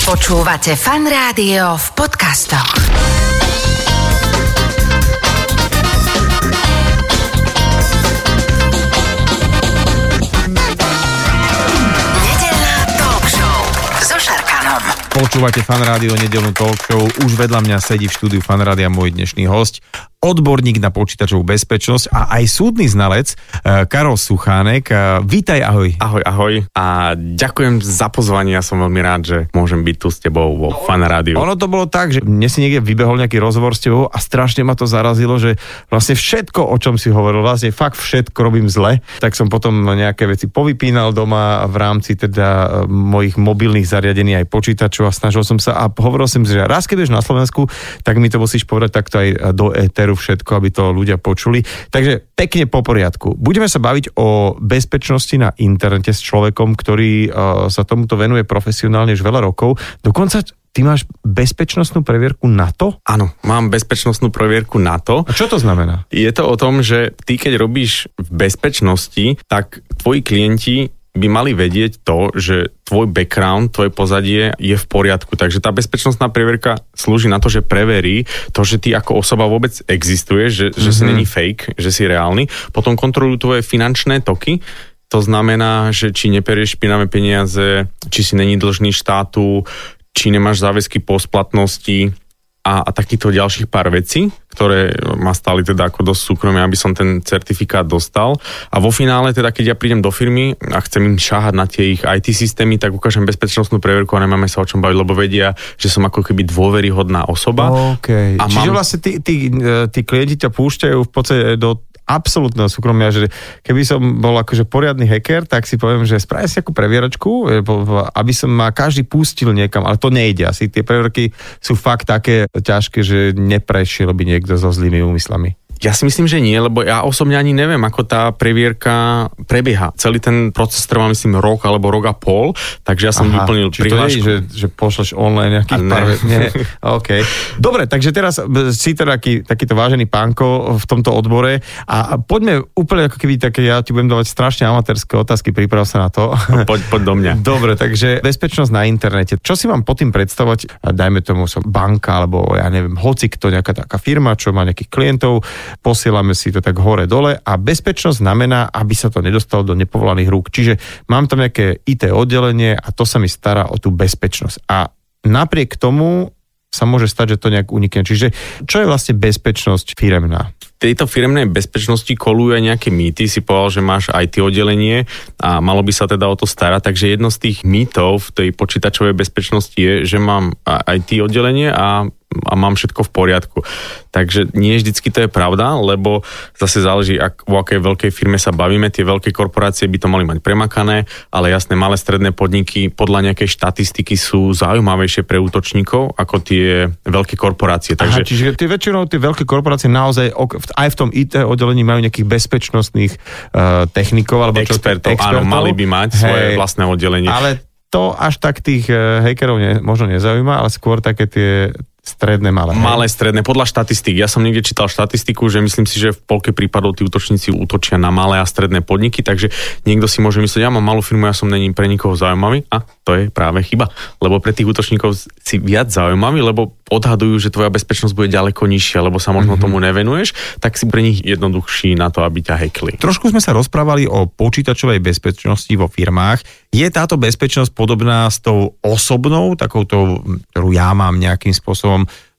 Počúvate Fan Rádio v podcastoch. Nedeľná talk show so Šarkanom. Počúvate Fan Rádio, nedeľnú talk show. Už vedľa mňa sedí v štúdiu Fan Rádia môj dnešný hosť, odborník na počítačovú bezpečnosť a aj súdny znalec Karol Suchánek. Vítaj, ahoj. Ahoj, ahoj. A ďakujem za pozvanie, ja som veľmi rád, že môžem byť tu s tebou vo Fan Rádiu. Ono to bolo tak, že mne si niekde vybehol nejaký rozhovor s tebou a strašne ma to zarazilo, že vlastne všetko, o čom si hovoril, vlastne fakt všetko robím zle. Tak som potom nejaké veci povypínal doma v rámci teda mojich mobilných zariadení aj počítačov a snažil som sa a hovoril som si, že raz keď budeš na Slovensku, tak mi to musíš povedať takto aj do éteru všetko, aby to ľudia počuli. Takže pekne po poriadku. Budeme sa baviť o bezpečnosti na internete s človekom, ktorý sa tomuto venuje profesionálne už veľa rokov. Dokonca ty máš bezpečnostnú previerku NATO? Áno, mám bezpečnostnú previerku NATO. A čo to znamená? Je to o tom, že ty keď robíš v bezpečnosti, tak tvoji klienti by mali vedieť to, že tvoj background, tvoje pozadie je v poriadku. Takže tá bezpečnostná previerka slúži na to, že preverí to, že ty ako osoba vôbec existuješ, že si není fake, že si reálny. Potom kontrolujú tvoje finančné toky. To znamená, že či neperieš špinavé peniaze, či si není dlžný štátu, či nemáš záväzky po splatnosti a takýchto ďalších pár vecí, ktoré ma stáli teda ako dosť súkromie, aby som ten certifikát dostal. A vo finále teda, keď ja prídem do firmy a chcem im šáhať na tie ich IT systémy, tak ukážem bezpečnostnú previerku a nemáme sa o čom baviť, lebo vedia, že som ako keby dôveryhodná osoba. Okay. Čiže vlastne tí klienti ťa púšťajú v podstate do absolútneho súkromia, že keby som bol akože poriadny hacker, tak si poviem, že spravím si akú previeračku, aby som ma každý pustil niekam, ale to nejde asi. Tie previerky sú fakt také ťažké, že neprešiel by niekto so zlými úmyslami. Ja si myslím, že nie, lebo ja osobne ani neviem, ako tá previerka prebieha. Celý ten proces trvá, myslím, rok alebo rok a pol, takže ja som vyplnil prihlášku. To nie je, že pošleš online nejakých pár... Nie. Okay. Dobre, takže teraz si teda takýto vážený pánko v tomto odbore a poďme úplne ako keby také, ja ti budem dávať strašne amatérske otázky, priprav sa na to. Poď do mňa. Dobre, takže bezpečnosť na internete. Čo si mám pod tým predstavovať? Dajme tomu banka, alebo ja neviem, hocikto, nejaká taká firma, čo má nejakých klientov, posielame si to tak hore-dole a bezpečnosť znamená, aby sa to nedostalo do nepovolaných rúk. Čiže mám tam nejaké IT oddelenie a to sa mi stará o tú bezpečnosť. A napriek tomu sa môže stať, že to nejak unikne. Čiže čo je vlastne bezpečnosť firemná? V tejto firemnej bezpečnosti kolujú aj nejaké mýty. Si povedal, že máš IT oddelenie a malo by sa teda o to starať. Takže jedno z tých mýtov v tej počítačovej bezpečnosti je, že mám IT oddelenie a mám všetko v poriadku. Takže nie vždycky to je pravda, lebo zase záleží, o akej veľkej firme sa bavíme. Tie veľké korporácie by to mali mať premakané, ale jasné, malé stredné podniky podľa nejakej štatistiky sú zaujímavejšie pre útočníkov ako tie veľké korporácie. Takže... čiže väčšinou tie veľké korporácie naozaj aj v tom IT oddelení majú nejakých bezpečnostných technikov alebo expertov. Áno, mali by mať svoje vlastné oddelenie. Ale to až tak tých hackerov možno nezaujíma, ale skôr také tie stredné, malé. Malé, stredné, podľa štatistík. Ja som niekde čítal štatistiku, že myslím si, že v polke prípadov tí útočníci útočia na malé a stredné podniky, takže niekto si môže myslieť, ja mám malú firmu, ja som není pre nikoho zaujímavý, a to je práve chyba. Lebo pre tých útočníkov si viac zaujímavý, lebo odhadujú, že tvoja bezpečnosť bude ďaleko nižšia, lebo sa možno tomu nevenuješ, tak si pre nich jednoduchší na to, aby ťa hackli. Trošku sme sa rozprávali o počítačovej bezpečnosti vo firmách. Je táto bezpečnosť podobná s tou osobnou, takouto, ktorú ja mám nejakým spôsobom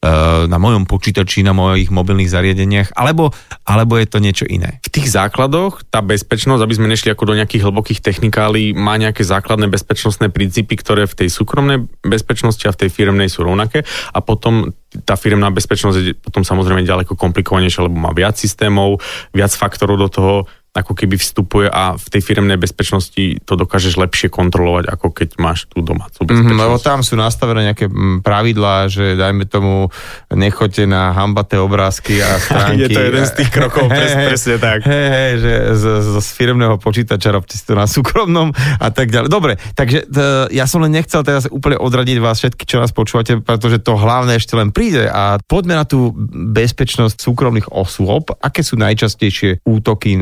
na mojom počítači, na mojich mobilných zariadeniach, alebo je to niečo iné? V tých základoch tá bezpečnosť, aby sme nešli ako do nejakých hlbokých technikálí, má nejaké základné bezpečnostné princípy, ktoré v tej súkromnej bezpečnosti a v tej firemnej sú rovnaké, a potom tá firemná bezpečnosť je potom samozrejme ďaleko komplikovanejšia, lebo má viac systémov, viac faktorov do toho, ako keby vstupuje, a v tej firemnej bezpečnosti to dokážeš lepšie kontrolovať, ako keď máš tú domácu bezpečnosť. Lebo tam sú nastavené nejaké pravidlá, že dajme tomu, nechoďte na hambaté obrázky a stránky. Je to jeden z tých krokov, presne tak. Že z firemného počítača robte si to na súkromnom a tak ďalej. Dobre, takže ja som len nechcel teraz úplne odradiť vás všetky, čo nás počúvate, pretože to hlavné ešte len príde, a poďme na tú bezpečnosť súkromných osôb. Aké sú najčastejšie útoky na tú bezpečnosť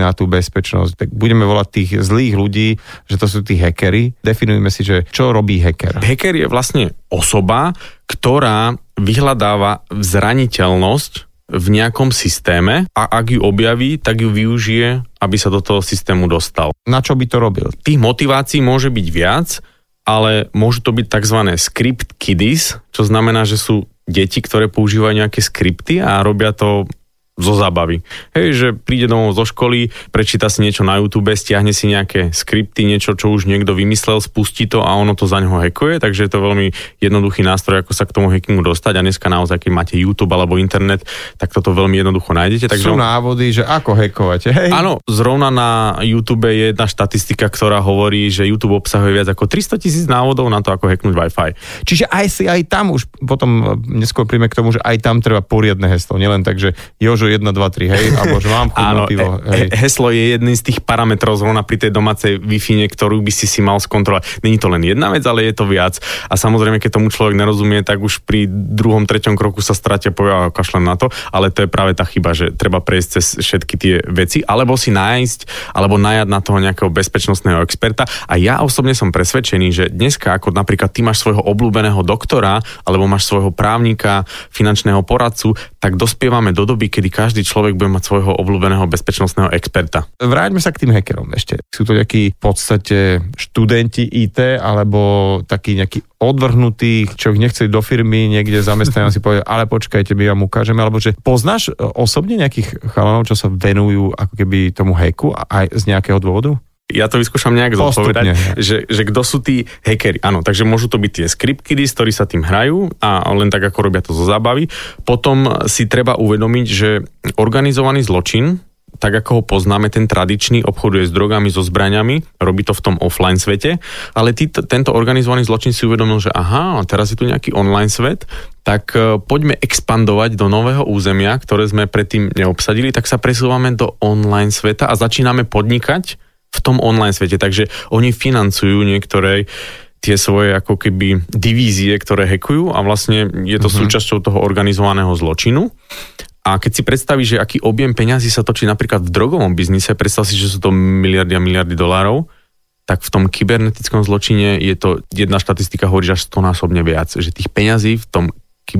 bezpečnosť. Tak budeme volať tých zlých ľudí, že to sú tí hackeri. Definujme si, že čo robí hacker. Hacker je vlastne osoba, ktorá vyhľadáva zraniteľnosť v nejakom systéme a ak ju objaví, tak ju využije, aby sa do toho systému dostal. Na čo by to robil? Tých motivácií môže byť viac, ale môžu to byť tzv. Script kiddies, čo znamená, že sú deti, ktoré používajú nejaké skripty a robia to zo zábavy. Hej, že príde domov zo školy, prečíta si niečo na YouTube, stiahne si nejaké skripty, niečo, čo už niekto vymyslel, spustí to a ono to za neho hackuje, takže je to veľmi jednoduchý nástroj, ako sa k tomu hackingu dostať a dneska naozaj, keď máte YouTube alebo internet, tak toto veľmi jednoducho nájdete. Takže sú návody, že ako hackovať, hej? Áno, zrovna na YouTube je jedna štatistika, ktorá hovorí, že YouTube obsahuje viac ako 300,000 návodov na to, ako hacknúť Wi-Fi. Čiže aj tam už potom neskôr príjme k tomu, že aj tam treba poriadne heslo, nielen tak, že Jožo 1, 2, 3, hej, alebo že mám chuť na pivo. Heslo je jedným z tých parametrov zrovna pri tej domácej Wi-Fi, ktorú by si mal skontrolovať. Není to len jedna vec, ale je to viac. A samozrejme, keď tomu človek nerozumie, tak už pri 2., 3. kroku sa stratia, povie, kašlem na to, ale to je práve tá chyba, že treba prejsť cez všetky tie veci, alebo si nájsť, alebo najať na toho nejakého bezpečnostného experta. A ja osobne som presvedčený, že dneska, ako napríklad ty máš svojho obľúbeného doktora, alebo máš svojho právnika, finančného poradcu, tak dospievame do doby, kedy každý človek bude mať svojho obľúbeného bezpečnostného experta. Vráťme sa k tým hackerom ešte. Sú to nejakí v podstate študenti IT, alebo takí nejakí odvrhnutí, čo ich nechceli do firmy, niekde zamestnajú si povedať, ale počkajte, my vám ukážeme, alebo že poznáš osobne nejakých chalanov, čo sa venujú ako keby tomu hacku aj z nejakého dôvodu? Ja to vyskúšam nejak zodpovedať, že kto sú tí hackeri. Áno, takže môžu to byť tie script kiddies, ktorí sa tým hrajú a len tak ako robia to zo zábavy. Potom si treba uvedomiť, že organizovaný zločin, tak ako ho poznáme, ten tradičný, obchoduje s drogami, so zbraňami, robí to v tom offline svete, ale tento organizovaný zločin si uvedomil, že aha, teraz je tu nejaký online svet, tak poďme expandovať do nového územia, ktoré sme predtým neobsadili, tak sa presúvame do online sveta a začíname podnikať v tom online svete, takže oni financujú niektoré tie svoje ako keby divízie, ktoré hackujú a vlastne je to súčasťou toho organizovaného zločinu. A keď si predstavíš, že aký objem peňazí sa točí napríklad v drogovom biznise, predstav si, že sú to miliardy a miliardy dolárov, tak v tom kybernetickom zločine je to, jedna štatistika hovorí až 100-násobne viac, že tých peňazí v tom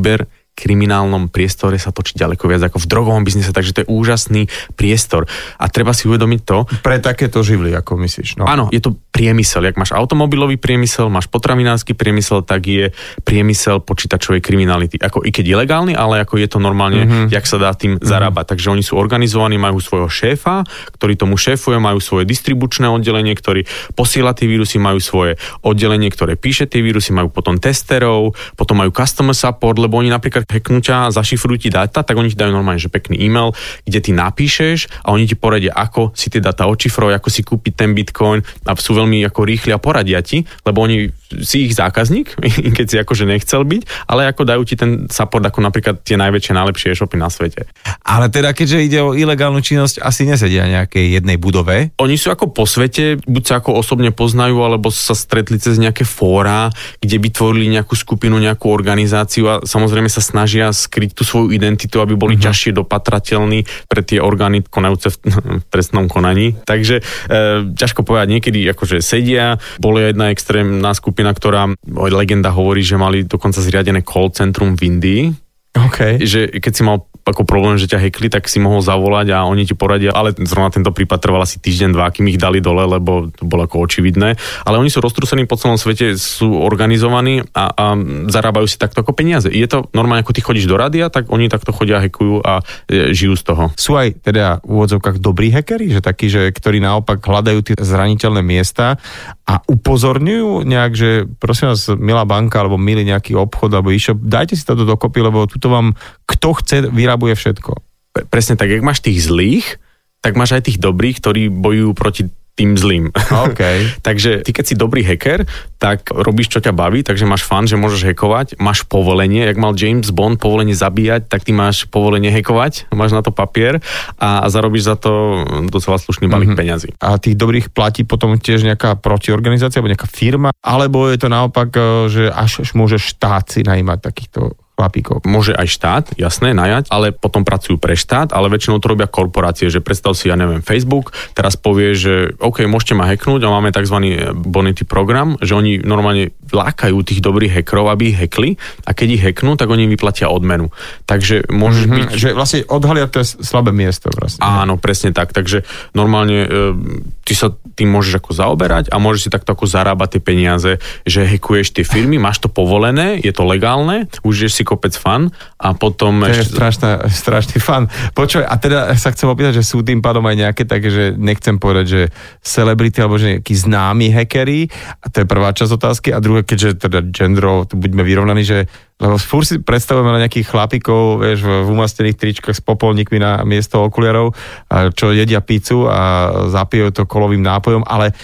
kriminálnom priestore sa točí ďaleko viac ako v drogovom biznise, takže to je úžasný priestor. A treba si uvedomiť to. Pre takéto živly, ako myslíš. No. Áno, je to priemysel. Jak máš automobilový priemysel, máš potravinársky priemysel, tak je priemysel počítačovej kriminality. Ako i keď ilegálny, ale ako je to normálne, jak sa dá tým zarábať. Takže oni sú organizovaní, majú svojho šéfa, ktorý tomu šéfuje, majú svoje distribučné oddelenie, ktorý posiela tie vírusy, majú svoje oddelenie, ktoré píše tie vírusy, majú potom testerov, potom majú customer support, lebo oni napríklad hacknú ťa, zašifrujú ti dáta, tak oni ti dajú normálne, že pekný e-mail, kde ty napíšeš a oni ti poradia, ako si tie dáta odšifrovať, ako si kúpiť ten bitcoin a sú veľmi ako rýchli a poradia ti, lebo oni si ich zákazník, keď si akože nechcel byť, ale ako dajú ti ten support ako napríklad tie najväčšie, najlepšie e-shopy na svete. Ale teda keďže ide o ilegálnu činnosť, asi nesedia nejakej jednej budove. Oni sú ako po svete, buď sa ako osobne poznajú, alebo sa stretli cez nejaké fóra, kde by tvorili nejakú skupinu, nejakú organizáciu a samozrejme sa snažia skryť tú svoju identitu, aby boli ťažšie dopatrateľní pre tie orgány konajúce v trestnom konaní. Takže ťažko povedať, niekedy akože sedia. Bola jedna extrémna skupina, ktorá, legenda hovorí, že mali dokonca zriadené call centrum v Indii. Okay. Že keď si mal ako problém, že ťa hackli, tak si mohol zavolať a oni ti poradia, ale zrovna tento prípad trval asi týždeň, 2, kým ich dali dole, lebo to bolo ako očividné. Ale oni sú roztrúsení po celom svete, sú organizovaní a zarábajú si takto ako peniaze. Je to normálne, ako ty chodíš do rádia, tak oni takto chodia, hackujú a žijú z toho. Sú aj teda v úvodzovkách dobrí hackeri, že takí, že ktorí naopak hľadajú tie zraniteľné miesta a upozorňujú nejak, že prosím vás, milá banka alebo milý nejaký obchod alebo e-shop, dajte si to dokopy, lebo tuto vám kto chce vyrabuje všetko. Presne tak, jak máš tých zlých, tak máš aj tých dobrých, ktorí bojujú proti tým zlým. Okay. Takže ty, keď si dobrý hacker, tak robíš, čo ťa baví, takže máš fun, že môžeš hackovať, máš povolenie, jak mal James Bond povolenie zabíjať, tak ty máš povolenie hackovať, máš na to papier a zarobíš za to docela slušný balík peňazí. A tých dobrých platí potom tiež nejaká protiorganizácia alebo nejaká firma, alebo je to naopak, že až môže štát si najímať takýchto chlapíkov. Môže aj štát, jasné, najať, ale potom pracujú pre štát, ale väčšinou to robia korporácie, že predstav si, ja neviem, Facebook, teraz povie, že OK, môžete ma hacknúť a máme tzv. Bonity program, že oni normálne lákajú tých dobrých hackerov, aby ich hackli a keď ich hacknú, tak oni im vyplatia odmenu. Takže môžeš byť... Že vlastne odhalia to slabé miesto. Vlastne. Áno, presne tak. Takže normálne ty sa tým môžeš ako zaoberať a môžeš si takto ako zarábať tie peniaze, že hackuješ tie firmy, máš to povolené, je to legálne, užiješ si kopec fan a potom... To je strašný fan. Počuj, a teda sa chcem opýtať, že sú tým pádom aj nejaké také, že nechcem povedať, že celebrity alebo že nejakí známi hackeri, a to je prvá časť otázky, a druhé, keďže teda genderov, tu buďme vyrovnaní, že lebo furt si predstavujeme na nejakých chlapíkov, vieš, v umastených tričkách s popolníkmi na miesto okuliarov, čo jedia pizzu a zapijú to kolovým nápojom, ale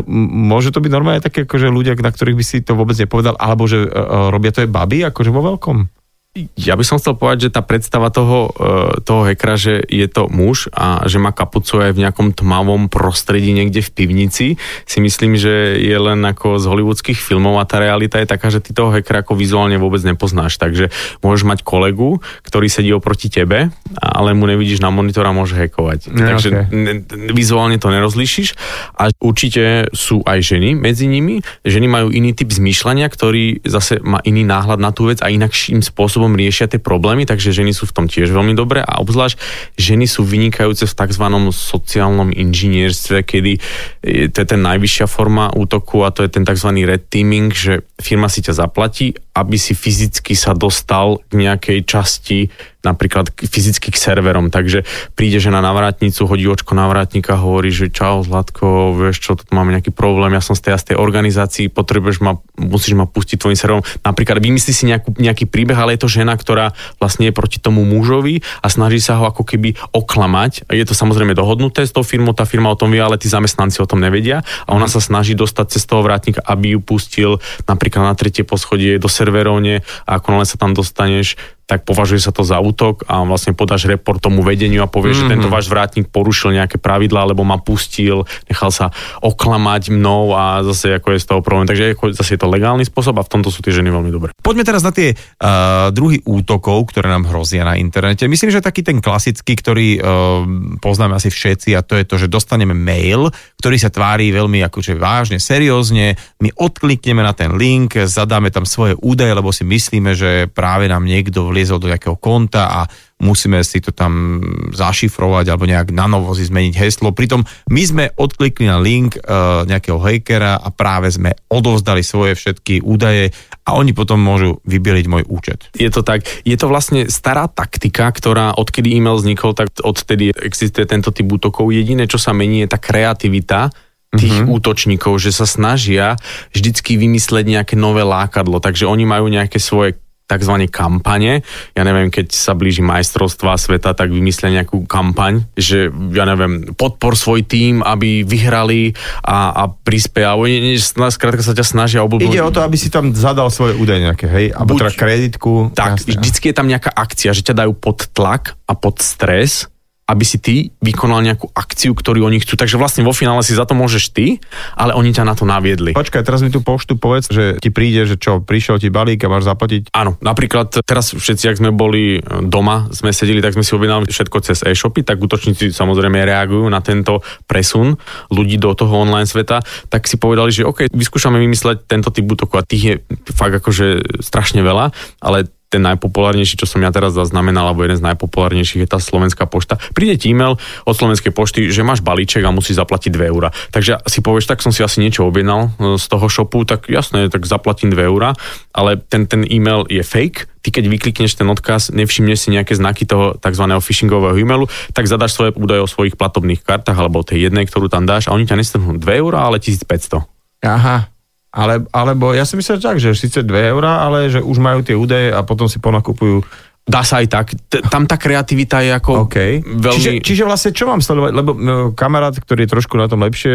môže to byť normálne také, akože ľudia, na ktorých by si to vôbec nepovedal, alebo že robia to aj baby, akože vo veľkom? Ja by som chcel povedať, že tá predstava toho hackera, že je to muž a že má kapucu aj v nejakom tmavom prostredí niekde v pivnici, si myslím, že je len ako z hollywoodských filmov a tá realita je taká, že ty toho hackera ako vizuálne vôbec nepoznáš. Takže môžeš mať kolegu, ktorý sedí oproti tebe, ale mu nevidíš na monitor a môže hackovať. Takže vizuálne to nerozlíšiš a určite sú aj ženy medzi nimi. Ženy majú iný typ zmýšľania, ktorý zase má iný náhľad na tú vec a inakším spôsobom riešia tie problémy, takže ženy sú v tom tiež veľmi dobré a obzvlášť ženy sú vynikajúce v tzv. Sociálnom inžinierstve, kedy to je ten najvyššia forma útoku a to je ten tzv. Red teaming, že firma si ťa zaplatí, aby si fyzicky sa dostal k nejakej časti, napríklad fyzicky k serverom, takže príde žena na vrátnicu, hodí očko na vrátnika, hovorí, že čau Zlatko, vieš čo, tu máme nejaký problém, ja som z tej organizácii, musíš ma pustiť tvojim serverom, napríklad vymyslí si nejaký príbeh, ale je to žena, ktorá vlastne je proti tomu mužovi a snaží sa ho ako keby oklamať. Je to samozrejme dohodnuté s tou firmou, tá firma o tom vie, ale tí zamestnanci o tom nevedia a ona sa snaží dostať cez toho vrátnika, aby ju pustil napríklad na 3. poschodie do serverovne a ako len sa tam dostaneš, tak považuje sa to za útok a vlastne podáš report tomu vedeniu a povieš, že tento váš vrátnik porušil nejaké pravidlá, alebo ma pustil, nechal sa oklamať mnou a zase ako je z toho problém. Takže zase je to legálny spôsob a v tomto sú tie ženy veľmi dobré. Poďme teraz na tie druhy útokov, ktoré nám hrozia na internete. Myslím, že taký ten klasický, ktorý poznáme asi všetci, a to je to, že dostaneme mail, ktorý sa tvári veľmi akože vážne, seriózne, my odklikneme na ten link, zadáme tam svoje údaje, lebo si myslíme, že práve nám niekto vliezol do nejakého konta a musíme si to tam zašifrovať alebo nejak na novo si zmeniť heslo. Pritom my sme odklikli na link nejakého hackera a práve sme odovzdali svoje všetky údaje a oni potom môžu vybieliť môj účet. Je to tak. Je to vlastne stará taktika, ktorá odkedy e-mail vznikol, tak odtedy existuje tento typ útokov. Jediné, čo sa mení, je tá kreativita tých útočníkov, že sa snažia vždycky vymysleť nejaké nové lákadlo. Takže oni majú nejaké svoje takzvané kampane. Ja neviem, keď sa blíži majstrovstvá sveta, tak vymyslia nejakú kampaň, že ja neviem, podpor svoj tím, aby vyhrali a prispia. Skrátka sa ťa snažia obľúbiť. Ide o to, aby si tam zadal svoje údaje nejaké, hej? Alebo teda kreditku. Tak, vždycky je tam nejaká akcia, že ťa dajú pod tlak a pod stres, aby si ty vykonal nejakú akciu, ktorú oni chcú. Takže vlastne vo finále si za to môžeš ty, ale oni ťa na to naviedli. Počkaj, teraz mi tu poštu povedz, že ti príde, že čo, prišiel ti balík a máš zaplatiť? Áno, napríklad teraz všetci, ak sme boli doma, sme sedeli, tak sme si objednali všetko cez e-shopy, tak útočníci samozrejme reagujú na tento presun ľudí do toho online sveta, tak si povedali, že OK, vyskúšame vymysleť tento typ útoku a tých je fakt akože strašne veľa, ale ten najpopulárnejší, čo som ja teraz zaznamenal, alebo jeden z najpopulárnejších je tá Slovenská pošta. Príde ti e-mail od Slovenskej pošty, že máš balíček a musíš zaplatiť 2 €. Takže si povieš, tak som si asi niečo objednal z toho shopu, tak jasné, tak zaplatím 2 €, ale ten e-mail je fake. Ty keď vyklikneš ten odkaz, nevšimneš si nejaké znaky toho tzv. Phishingového e-mailu, tak zadaš svoje údaje o svojich platobných kartách alebo o tej jednej, ktorú tam dáš a oni ťa nestrhnú 2 €, ale 1500. Aha. Alebo ja si myslím tak, že síce 2 €, ale že už majú tie údaje a potom si ponakupujú. Dá sa aj tak. Tam tá kreativita je ako veľmi... Čiže vlastne čo mám sledovať? Lebo kamarát, ktorý je trošku na tom lepšie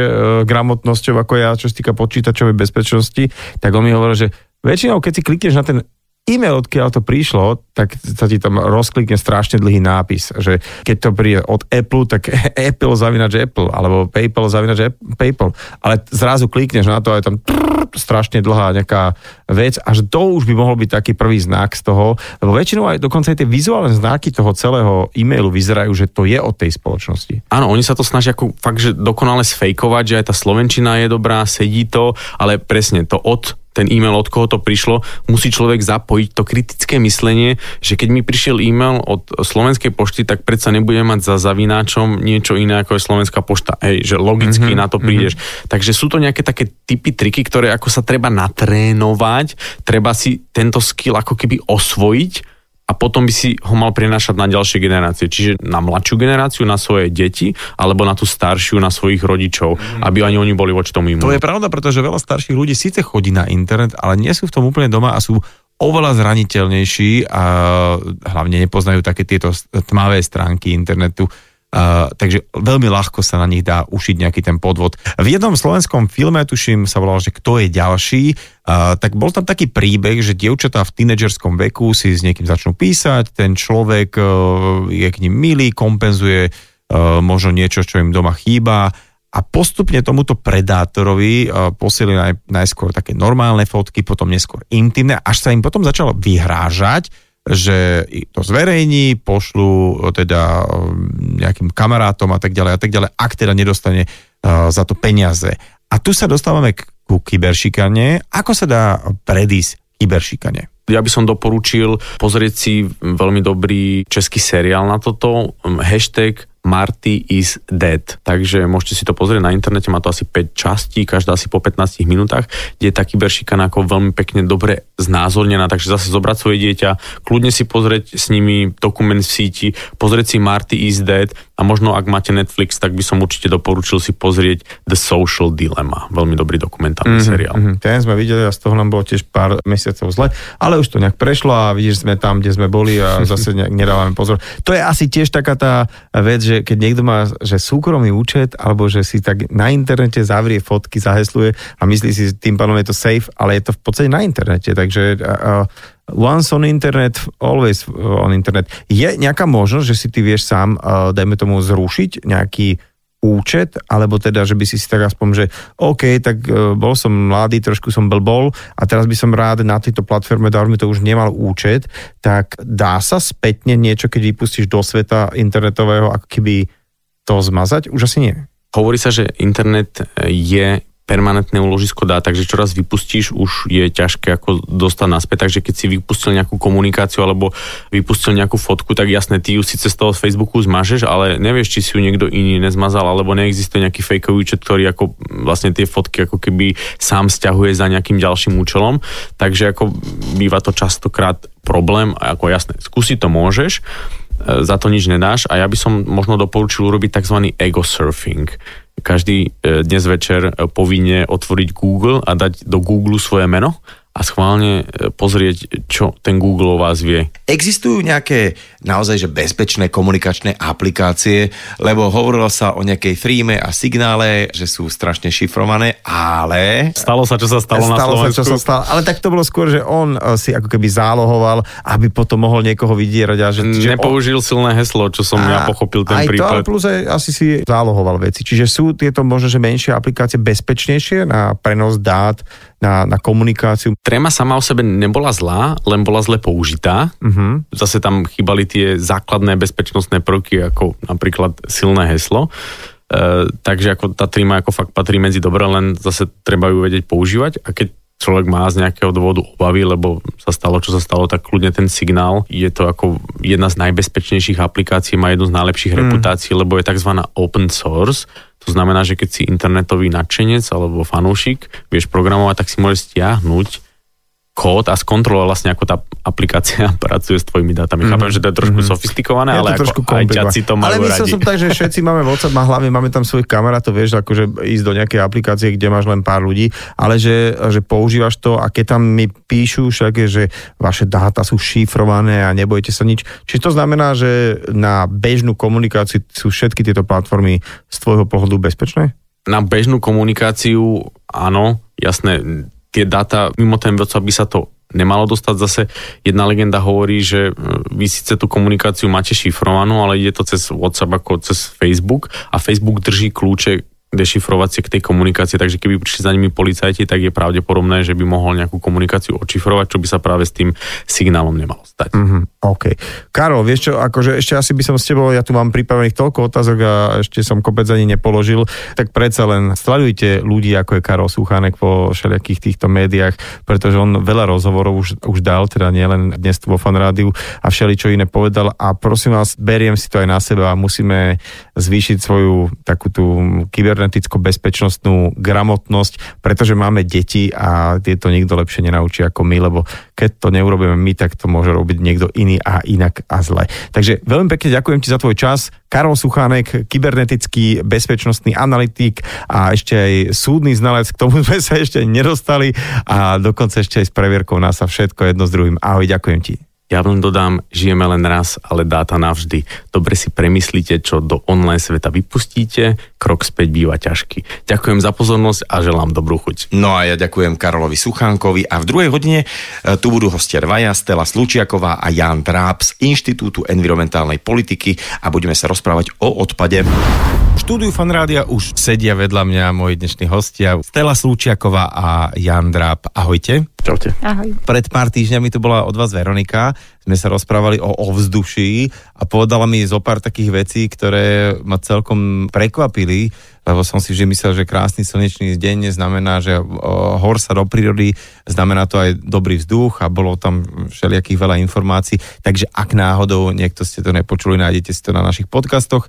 gramotnosťou ako ja, čo sa týka počítačovej bezpečnosti, tak on mi hovoril, že väčšinou, keď si klikneš na ten e-mail, odkiaľ to prišlo, tak sa ti tam rozklikne strašne dlhý nápis, že keď to príde od Apple, tak Apple @ Apple, alebo PayPal @ PayPal. Ale zrazu klikneš na to a je tam strašne dlhá nejaká vec, až to už by mohol byť taký prvý znak z toho, lebo väčšinou aj dokonca aj tie vizuálne znaky toho celého e-mailu vyzerajú, že to je od tej spoločnosti. Áno, oni sa to snažia ako fakt, že dokonale sfejkovať, že aj tá slovenčina je dobrá, sedí to, ale presne to ten e-mail, od koho to prišlo, musí človek zapojiť to kritické myslenie, že keď mi prišiel e-mail od Slovenskej pošty, tak predsa nebudem mať za zavináčom niečo iné ako je Slovenská pošta. Hej, že logicky na to prídeš. Takže sú to nejaké také typy, triky, ktoré ako sa treba natrénovať, treba si tento skill ako keby osvojiť a potom by si ho mal prenášať na ďalšie generácie. Čiže na mladšiu generáciu, na svoje deti, alebo na tú staršiu, na svojich rodičov, aby ani oni boli voči tomu imunní. To je pravda, pretože veľa starších ľudí síce chodí na internet, ale nie sú v tom úplne doma a sú oveľa zraniteľnejší a hlavne nepoznajú také tieto tmavé stránky internetu. Takže veľmi ľahko sa na nich dá ušiť nejaký ten podvod. V jednom slovenskom filme, tuším, sa volal, že Kto je ďalší, tak bol tam taký príbeh, že dievčatá v tínedžerskom veku si s niekým začnú písať, ten človek je k nim milý, kompenzuje možno niečo, čo im doma chýba a postupne tomuto predátorovi posielili najskôr také normálne fotky, potom neskôr intimné, až sa im potom začalo vyhrážať, že to zverejní, pošlu teda nejakým kamarátom a tak ďalej, ak teda nedostane za to peniaze. A tu sa dostávame ku kyberšikane. Ako sa dá predísť kyberšikane? Ja by som doporučil pozrieť si veľmi dobrý český seriál na toto, hashtag Marty is dead. Takže môžete si to pozrieť na internete, má to asi 5 častí, každá asi po 15 minútach, kde je tá kyberšikana ako veľmi pekne dobre znázornená, takže zase zobrať svoje dieťa, kľudne si pozrieť s nimi dokument v síti, pozrieť si Marty is dead a možno ak máte Netflix, tak by som určite doporučil si pozrieť The Social Dilemma. Veľmi dobrý dokumentárny seriál. Ten sme videli a z toho nám bolo tiež pár mesiacov zle, ale už to nejak prešlo a vidíš, sme tam, kde sme boli a zase nedávame pozor. To je asi tiež taká tá vec, že keď niekto má že súkromný účet, alebo že si tak na internete zavrie fotky, zahesluje a myslí si, tým pádom je to safe, ale je to v podstate na internete, takže once on internet, always on internet. Je nejaká možnosť, že si ty vieš sám, dajme tomu, zrušiť nejaký účet, alebo teda, že by si tak aspoň, že OK, tak bol som mladý, trošku som blbol a teraz by som rád na tejto platforme, dávno mi to už nemal účet, tak dá sa spätne niečo, keď vypustíš do sveta internetového, ako keby to zmazať? Už asi nie. Hovorí sa, že internet je permanentné úložisko dát, takže čo raz vypustíš, už je ťažké ako dostať naspäť, takže keď si vypustil nejakú komunikáciu alebo vypustil nejakú fotku, tak jasné, ty ju síce z toho Facebooku zmažeš, ale nevieš, či si ju niekto iný nezmazal, alebo neexistuje nejaký fejkový účet, ktorý ako vlastne tie fotky ako keby sám sťahuje za nejakým ďalším účelom, takže ako býva to častokrát problém a ako jasné, skúsiť to môžeš, za to nič nedáš a ja by som možno doporučil urobiť tzv. Ego surfing. Každý dnes večer povinne otvoriť Google a dať do Google svoje meno a schválne pozrieť, čo ten Google o vás vie. Existujú nejaké naozaj že bezpečné komunikačné aplikácie, lebo hovorilo sa o nejakej Threeme a Signále, že sú strašne šifrované, ale... Stalo sa, čo sa stalo na Slovensku. Ale tak to bolo skôr, že on si ako keby zálohoval, aby potom mohol niekoho vydierať. A že nepoužil silné heslo, čo som ja pochopil ten prípad. Aj to, plus aj asi si zálohoval veci. Čiže sú tieto možno, že menšie aplikácie bezpečnejšie na prenos dát, na komunikáciu. Threema sama o sebe nebola zlá, len bola zle použitá. Zase tam chýbali tie základné bezpečnostné prvky, ako napríklad silné heslo. Takže ako tá Threema ako fakt patrí medzi dobré, len zase treba ju vedieť používať. A keď človek má z nejakého dôvodu obavy, lebo sa stalo, čo sa stalo, tak kľudne ten Signál. Je to ako jedna z najbezpečnejších aplikácií, má jednu z najlepších reputácií, lebo je tzv. Open source. To znamená, že keď si internetový nadšenec alebo fanúšik, vieš programovať, tak si môžeš stiahnuť kód a skontrolovať vlastne, ako tá aplikácia pracuje s tvojimi dátami. Chápem, že to je trošku sofistikované, ale ako aj ťaci to majú radi. Ale myslel som tak, že všetci máme WhatsApp, hlavne máme tam svojich kamarátov, vieš, akože ísť do nejakej aplikácie, kde máš len pár ľudí, ale že používaš to a keď tam mi píšu všaké, že vaše dáta sú šifrované a nebojte sa nič. Čiže to znamená, že na bežnú komunikáciu sú všetky tieto platformy z tvojho pohľadu bezpečné? Na bežnú komunikáciu áno, jasné. Tie dáta mimo ten WhatsApp by sa to nemalo dostať. Zase jedna legenda hovorí, že vy síce tú komunikáciu máte šifrovanú, ale ide to cez WhatsApp ako cez Facebook a Facebook drží kľúče dešifrovacie k tej komunikácii, takže keby prišli za nimi policajti, tak je pravdepodobné, že by mohol nejakú komunikáciu odšifrovať, čo by sa práve s tým signálom nemalo stať. OK. Karol, vieš čo, akože ešte asi by som s tebou, ja tu mám pripravených toľko otázok a ešte som kopec ani nepoložil, tak predsa len sledujte ľudí, ako je Karol Suchánek po všelijakých týchto médiách, pretože on veľa rozhovorov už dal, teda nielen dnes tu vo Fan Rádiu a všeličo iné povedal a prosím vás, beriem si to aj na seba a musíme zvýšiť svoju takú tú kyberneticko-bezpečnostnú gramotnosť, pretože máme deti a tieto nikto lepšie nenaučí ako my, lebo keď to neurobíme my, tak to môže robiť niekto iný a inak a zle. Takže veľmi pekne ďakujem ti za tvoj čas. Karol Suchánek, kybernetický bezpečnostný analytik a ešte aj súdny znalec, k tomu sme sa ešte nedostali a dokonca ešte aj s previerkou NASA všetko jedno s druhým. Ahoj, ďakujem ti. Ja len dodám, žijeme len raz, ale dáta navždy. Dobre si premyslíte, čo do online sveta vypustíte, krok späť býva ťažký. Ďakujem za pozornosť a želám dobrú chuť. No a ja ďakujem Karolovi Suchánkovi a v druhej hodine tu budú hostia dvaja, Stella Slučiaková a Jan Dráb z Inštitútu environmentálnej politiky a budeme sa rozprávať o odpade. V štúdiu Fan Rádia už sedia vedľa mňa moji dnešní hostia Stella Slučiaková a Jan Dráb. Ahojte. Čaute. Ahoj. Pred pár týždňami tu bola od vás Veronika, sme sa rozprávali o ovzduší a povedala mi zo pár takých vecí, ktoré ma celkom prekvapili, lebo som si myslel, že krásny slnečný deň znamená, že hor sa do prírody, znamená to aj dobrý vzduch a bolo tam všelijakých veľa informácií, takže ak náhodou niekto ste to nepočuli, nájdete si to na našich podcastoch.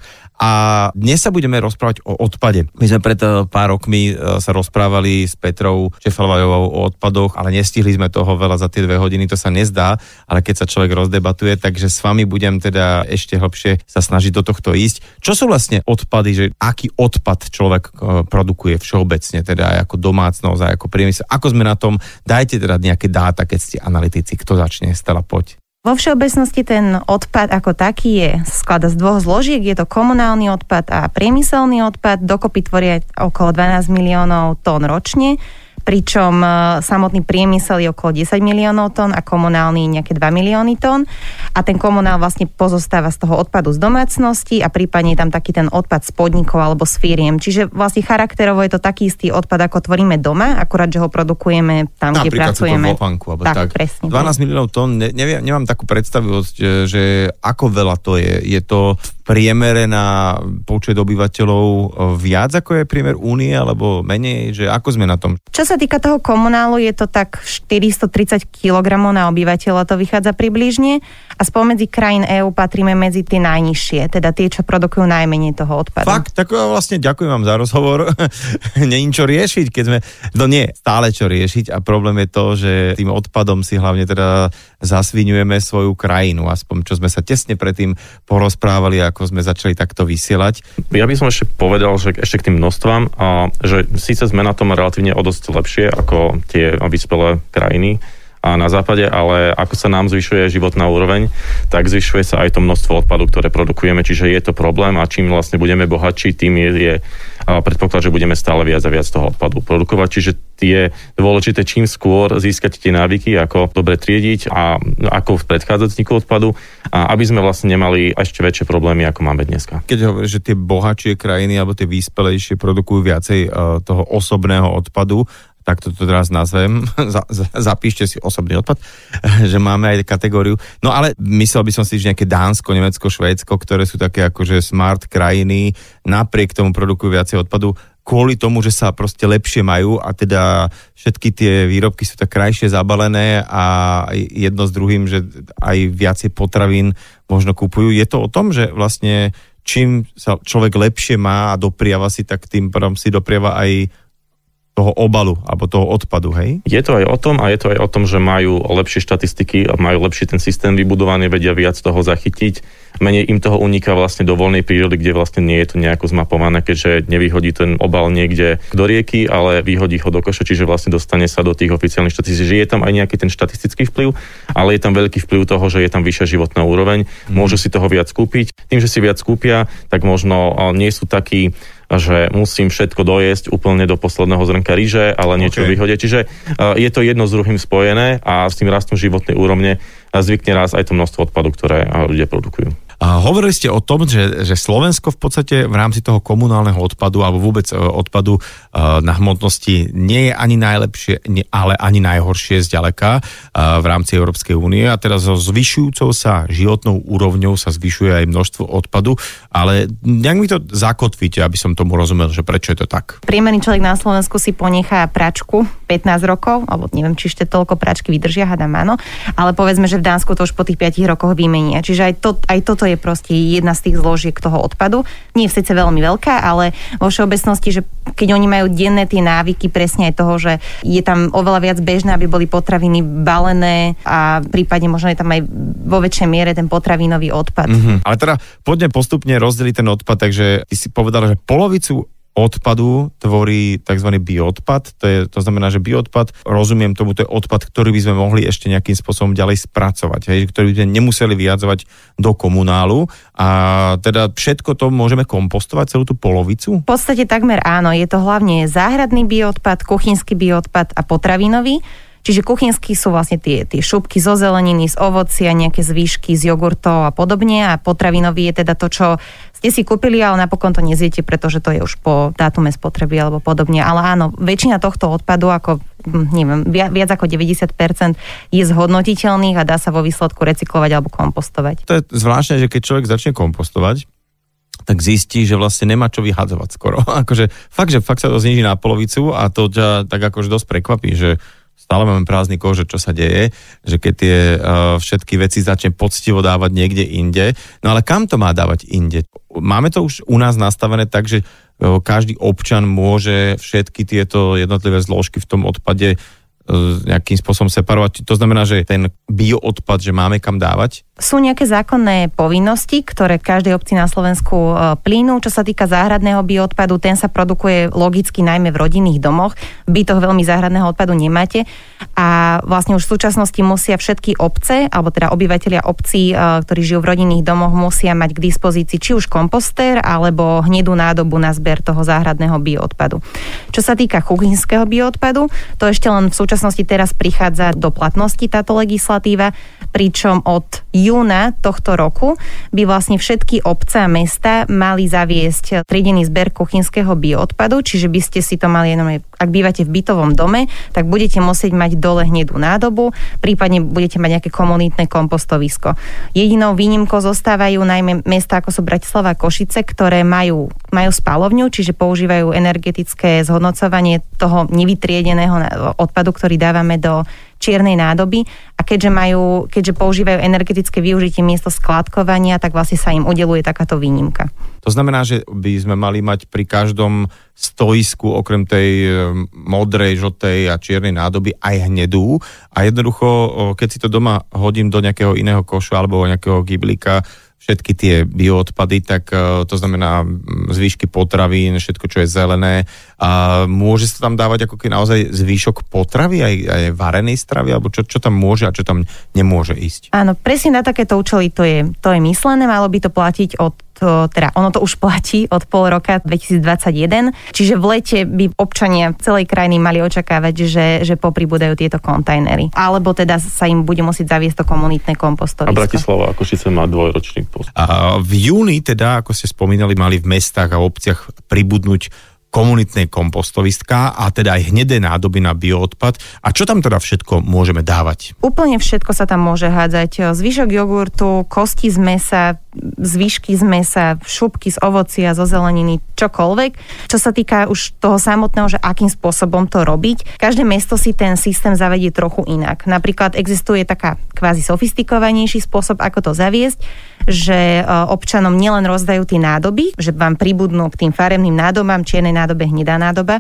A dnes sa budeme rozprávať o odpade. My sme pred pár rokmi sa rozprávali s Petrou Čefalovou o odpadoch, ale nestihli sme toho veľa za tie 2 hodiny, to sa nezdá, ale keď sa človek rozdebatuje, takže s vami budem teda ešte hlbšie sa snažiť do tohto ísť. Čo sú vlastne odpady, že aký odpad človek produkuje všeobecne, teda aj ako domácnosť, aj ako priemysel. Ako sme na tom? Dajte teda nejaké dáta, keď ste analytici. Kto začne? Stella, poď. Vo všeobecnosti ten odpad ako taký skladá z 2 zložiek. Je to komunálny odpad a priemyselný odpad. Dokopy tvoria okolo 12 miliónov tón ročne, pričom samotný priemysel je okolo 10 miliónov tón a komunálny nejaké 2 milióny tón. A ten komunál vlastne pozostáva z toho odpadu z domácnosti a prípadne je tam taký ten odpad z podnikov alebo z firiem. Čiže vlastne charakterovo je to taký istý odpad, ako tvoríme doma, akurát, že ho produkujeme tam, kde pracujeme. Napríklad tak, presne. 12 miliónov tón, nemám takú predstavivosť, že ako veľa to je. Je to v priemere na počet obyvateľov viac, ako je priemer Únie, alebo menej? Že ako sme na tom? Čo sa týka toho komunálu, je to tak 430 kg na obyvateľa, to vychádza približne. A spomedzi krajín EÚ patríme medzi tie najnižšie, teda tie, čo produkujú najmenej toho odpadu. Fakt? Tak vlastne ďakujem vám za rozhovor. Nie čo riešiť, keď sme... No nie, stále čo riešiť a problém je to, že tým odpadom si hlavne teda zasviňujeme svoju krajinu, aspoň čo sme sa tesne predtým porozprávali, ako sme začali takto vysielať. Ja by som ešte povedal, že ešte k tým množstvám, že síce sme na tom relatívne o dosť lepšie ako tie vyspelé krajiny a na západe, ale ako sa nám zvyšuje životná úroveň, tak zvyšuje sa aj to množstvo odpadu, ktoré produkujeme, čiže je to problém a čím vlastne budeme bohatší, tým je predpoklad, že budeme stále viac a viac toho odpadu produkovať, čiže je dôležité čím skôr získať tie návyky, ako dobre triediť a ako predchádzať vzniku odpadu, a aby sme vlastne nemali ešte väčšie problémy, ako máme dneska. Keď hovoríš, že tie bohatšie krajiny alebo tie vyspelejšie produkujú viacej toho osobného odpadu, tak to teraz nazvem, zapíšte si osobný odpad, že máme aj kategóriu. No ale myslel by som si, že nejaké Dánsko, Nemecko, Švédsko, ktoré sú také akože smart krajiny, napriek tomu produkujú viacej odpadu, kvôli tomu, že sa proste lepšie majú a teda všetky tie výrobky sú tak krajšie zabalené a jedno s druhým, že aj viacej potravín možno kupujú. Je to o tom, že vlastne čím sa človek lepšie má a dopriava si, tak tým pádom si dopriava aj toho obalu, alebo toho odpadu, hej? Je to aj o tom a je to aj o tom, že majú lepšie štatistiky a majú lepší ten systém vybudovaný, vedia viac toho zachytiť menej im toho uniká vlastne do voľnej prírody, kde vlastne nie je to nejako zmapované, keďže nevyhodí ten obal niekde do rieky, ale vyhodí ho do koša, čiže vlastne dostane sa do tých oficiálnych štatistík. Že je tam aj nejaký ten štatistický vplyv, ale je tam veľký vplyv toho, že je tam vyššia životná úroveň. Môžu si toho viac kúpiť. Tým, že si viac kúpia, tak možno nie sú takí, že musím všetko dojesť úplne do posledného zrnka ryže, ale niečo vyhodia. Čiže je to jedno s druhým spojené a s tým rastom životnej úrovne zvykne raz aj to množstvo odpadu, ktoré ľudia produkujú. A hovorili ste o tom, že Slovensko v podstate v rámci toho komunálneho odpadu alebo vôbec odpadu na hmotnosti nie je ani najlepšie, ale ani najhoršie zďaleka v rámci Európskej únie a teraz so zvyšujúcou sa životnou úrovňou sa zvyšuje aj množstvo odpadu, ale nejak mi to zakotvíte, aby som tomu rozumel, že prečo je to tak? Priemerný človek na Slovensku si ponechá pračku 15 rokov, alebo neviem, či ešte toľko pračky vydržia, hádam áno, ale povedzme, že v Dánsku to už po tých 5 rokoch vymenia. Čiže aj toto je proste jedna z tých zložiek toho odpadu. Nie je síce veľmi veľká, ale vo všeobecnosti, že keď oni majú denné tie návyky presne aj toho, že je tam oveľa viac bežné, aby boli potraviny balené a prípadne možno je tam aj vo väčšej miere ten potravinový odpad. Ale teda poďme postupne rozdeliť ten odpad, takže ty si povedala, že polovicu odpadu tvorí tzv. Bioodpad. To znamená, že bioodpad, rozumiem tomu, to je odpad, ktorý by sme mohli ešte nejakým spôsobom ďalej spracovať, hej, ktorý by sme nemuseli vyjadzovať do komunálu a teda všetko to môžeme kompostovať, celú tú polovicu? V podstate takmer áno, je to hlavne záhradný bioodpad, kuchynský bioodpad a potravinový. Čiže kuchynský sú vlastne tie šupky zo zeleniny, z ovocia, nejaké zvyšky z jogurtov a podobne a potravinový je teda to, čo ste si kúpili, ale napokon to nezjete, pretože to je už po dátume spotreby alebo podobne. Ale áno, väčšina tohto odpadu, ako neviem, viac ako 90% je zhodnotiteľných a dá sa vo výsledku recyklovať alebo kompostovať. To je zvláštne, že keď človek začne kompostovať, tak zistí, že vlastne nemá čo vyhadzovať skoro. Akože fakt sa to zníži na polovicu a to ťa tak akože dosť prekvapí, že stále máme prázdny kož, čo sa deje, že keď tie všetky veci začne poctivo dávať niekde inde. No ale kam to má dávať inde? Máme to už u nás nastavené tak, že každý občan môže všetky tieto jednotlivé zložky v tom odpade nejakým spôsobom separovať. To znamená, že ten bioodpad, že máme kam dávať? Sú nejaké zákonné povinnosti, ktoré každej obci na Slovensku plynú. Čo sa týka záhradného bioodpadu, ten sa produkuje logicky najmä v rodinných domoch. V bytoch veľmi záhradného odpadu nemáte. A vlastne už v súčasnosti musia všetky obce, alebo teda obyvatelia obcí, ktorí žijú v rodinných domoch, musia mať k dispozícii či už kompostér, alebo hnedú nádobu na zber toho záhradného bioodpadu. Čo sa týka kuchynského bioodpadu, to ešte len v súčasnosti teraz prichádza do platnosti táto legislatíva, pričom od júna tohto roku by vlastne všetky obce a mesta mali zaviesť triedený zber kuchynského bioodpadu, čiže by ste si to mali, ak bývate v bytovom dome, tak budete musieť mať dole hnedú nádobu, prípadne budete mať nejaké komunitné kompostovisko. Jedinou výnimkou zostávajú najmä mesta ako sú Bratislava a Košice, ktoré majú spaľovňu, čiže používajú energetické zhodnocovanie toho nevytriedeného odpadu, ktorý dávame do čiernej nádoby a keďže používajú energetické využitie miesto skladkovania, tak vlastne sa im udeľuje takáto výnimka. To znamená, že by sme mali mať pri každom stoisku okrem tej modrej, žltej a čiernej nádoby aj hnedú a jednoducho, keď si to doma hodím do nejakého iného koša alebo nejakého gyblíka, všetky tie bioodpady, tak to znamená zvýšky potravín, všetko, čo je zelené. A môže sa tam dávať ako keď naozaj zvýšok potravy, aj varenej stravy, alebo čo tam môže a čo tam nemôže ísť? Áno, presne na takéto účely to je myslené, malo by to platiť ono to už platí od pol roka 2021, čiže v lete by občania celej krajiny mali očakávať, že popribúdajú tieto kontajnery. Alebo teda sa im bude musieť zaviesť to komunitné kompostovisko. A Bratislava a Košice má dvojročný post. A v júni teda, ako ste spomínali, mali v mestách a obciach pribudnúť komunitné kompostoviská a teda aj hnedé nádoby na bioodpad. A čo tam teda všetko môžeme dávať? Úplne všetko sa tam môže hádzať. Zvyšok jogurtu, kosti z mesa, zvyšky z mesa, šupky z ovocia, zo zeleniny, čokoľvek. Čo sa týka už toho samotného, že akým spôsobom to robiť, každé mesto si ten systém zavedie trochu inak. Napríklad existuje taká kvázi sofistikovanejší spôsob, ako to zaviesť, že občanom nielen rozdajú tie nádoby, že vám pribudnú k tým farebným nádobám, čiernej nádobe, hnedá nádoba,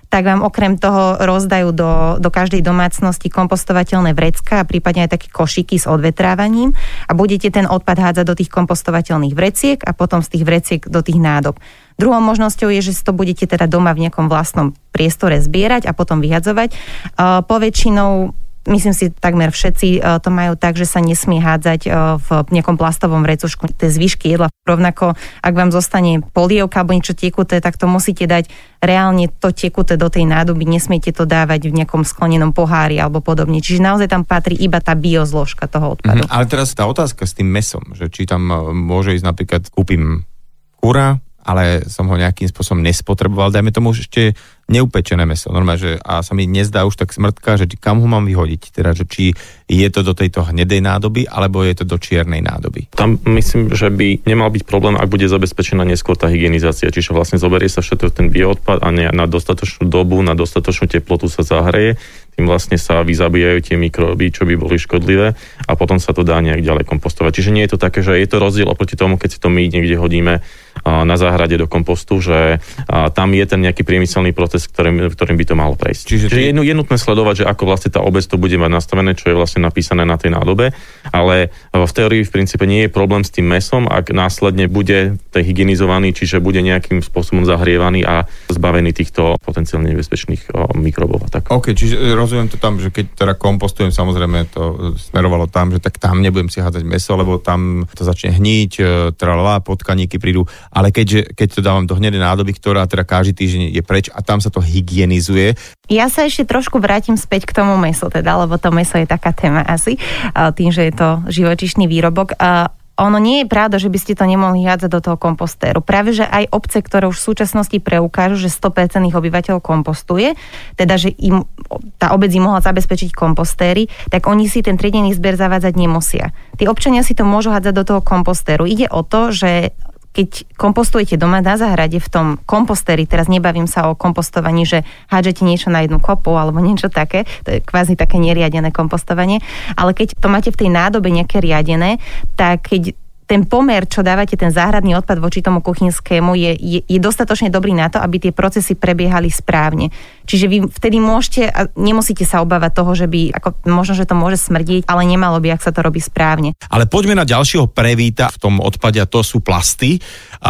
tak vám okrem toho rozdajú do každej domácnosti kompostovateľné vrecká a prípadne aj také košíky s odvetrávaním a budete ten odpad hádzať do tých kompostovateľných vreciek a potom z tých vreciek do tých nádob. Druhou možnosťou je, že si to budete teda doma v nejakom vlastnom priestore zbierať a potom vyhadzovať. Poväčšinou myslím si, takmer všetci to majú tak, že sa nesmie hádzať v nejakom plastovom vrecušku tie zvyšky jedla. Rovnako, ak vám zostane polievka alebo niečo tekuté, tak to musíte dať reálne to tekuté do tej nádoby. Nesmiete to dávať v nejakom sklenenom pohári alebo podobne. Čiže naozaj tam patrí iba tá biozložka toho odpadu. Ale teraz tá otázka s tým mesom, že či tam môže ísť napríklad, kúpim kura, ale som ho nejakým spôsobom nespotreboval, dajme tomu ešte neupečené mäso. Normálne, že a sa mi nezdá už tak smrtka, že kam ho mám vyhodiť. Teda, že či je to do tejto hnedej nádoby, alebo je to do čiernej nádoby. Tam myslím, že by nemal byť problém, ak bude zabezpečená neskôr tá hygienizácia. Čiže vlastne zoberie sa všetko ten bioodpad a na dostatočnú dobu, na dostatočnú teplotu sa zahreje, tým vlastne sa vyzabíjajú tie mikróby, čo by boli škodlivé a potom sa to dá nejak ďalej kompostovať. Čiže nie je to také, že je to rozdiel oproti tomu, keď si to my niekde hodíme na záhrade do kompostu, že tam je ten nejaký priemyselný proces, ktorým by to malo prejsť. Čiže je nutné sledovať, že ako vlastne tá obec to bude mať nastavené, čo je vlastne napísané na tej nádobe, ale v teórii v princípe nie je problém s tým mäsom, ak následne bude hygienizovaný, čiže bude nejakým spôsobom zahrievaný a zbavený týchto potenciálne nebezpečných mikrobov. OK, čiže rozumiem to tam, že keď teda kompostujem, samozrejme to smerovalo tam, že tak tam nebudem si hádzať mäso, lebo tam to začne hniť, tralala, potkaníky prídu, ale keď to dávam do hnedej nádoby, ktorá teda každý týždeň je preč a tam sa to hygienizuje. Ja sa ešte trošku vrátim späť k tomu mäsu teda, lebo to mäso je taká téma asi, tým, že je to živočíšny výrobok. Ono nie je pravda, že by ste to nemohli hádzať do toho kompostéru. Práve, že aj obce, ktoré už v súčasnosti preukážu, že 100% obyvateľov kompostuje, teda, že im tá obec im mohla zabezpečiť kompostéry, tak oni si ten triedený zber zavádzať nemusia. Tí občania si to môžu hádzať do toho kompostéru. Ide o to, že keď kompostujete doma na záhrade v tom kompostéri, teraz nebavím sa o kompostovaní, že hádžete niečo na jednu kopu alebo niečo také, to je kvázi také neriadené kompostovanie, ale keď to máte v tej nádobe nejaké riadené, tak keď ten pomer, čo dávate, ten záhradný odpad voči tomu kuchynskému je dostatočne dobrý na to, aby tie procesy prebiehali správne. Čiže vy vtedy môžete a nemusíte sa obávať toho, že by, ako možno, že to môže smrdiť, ale nemalo by, ak sa to robí správne. Ale poďme na ďalšieho prevíta v tom odpade a to sú plasty.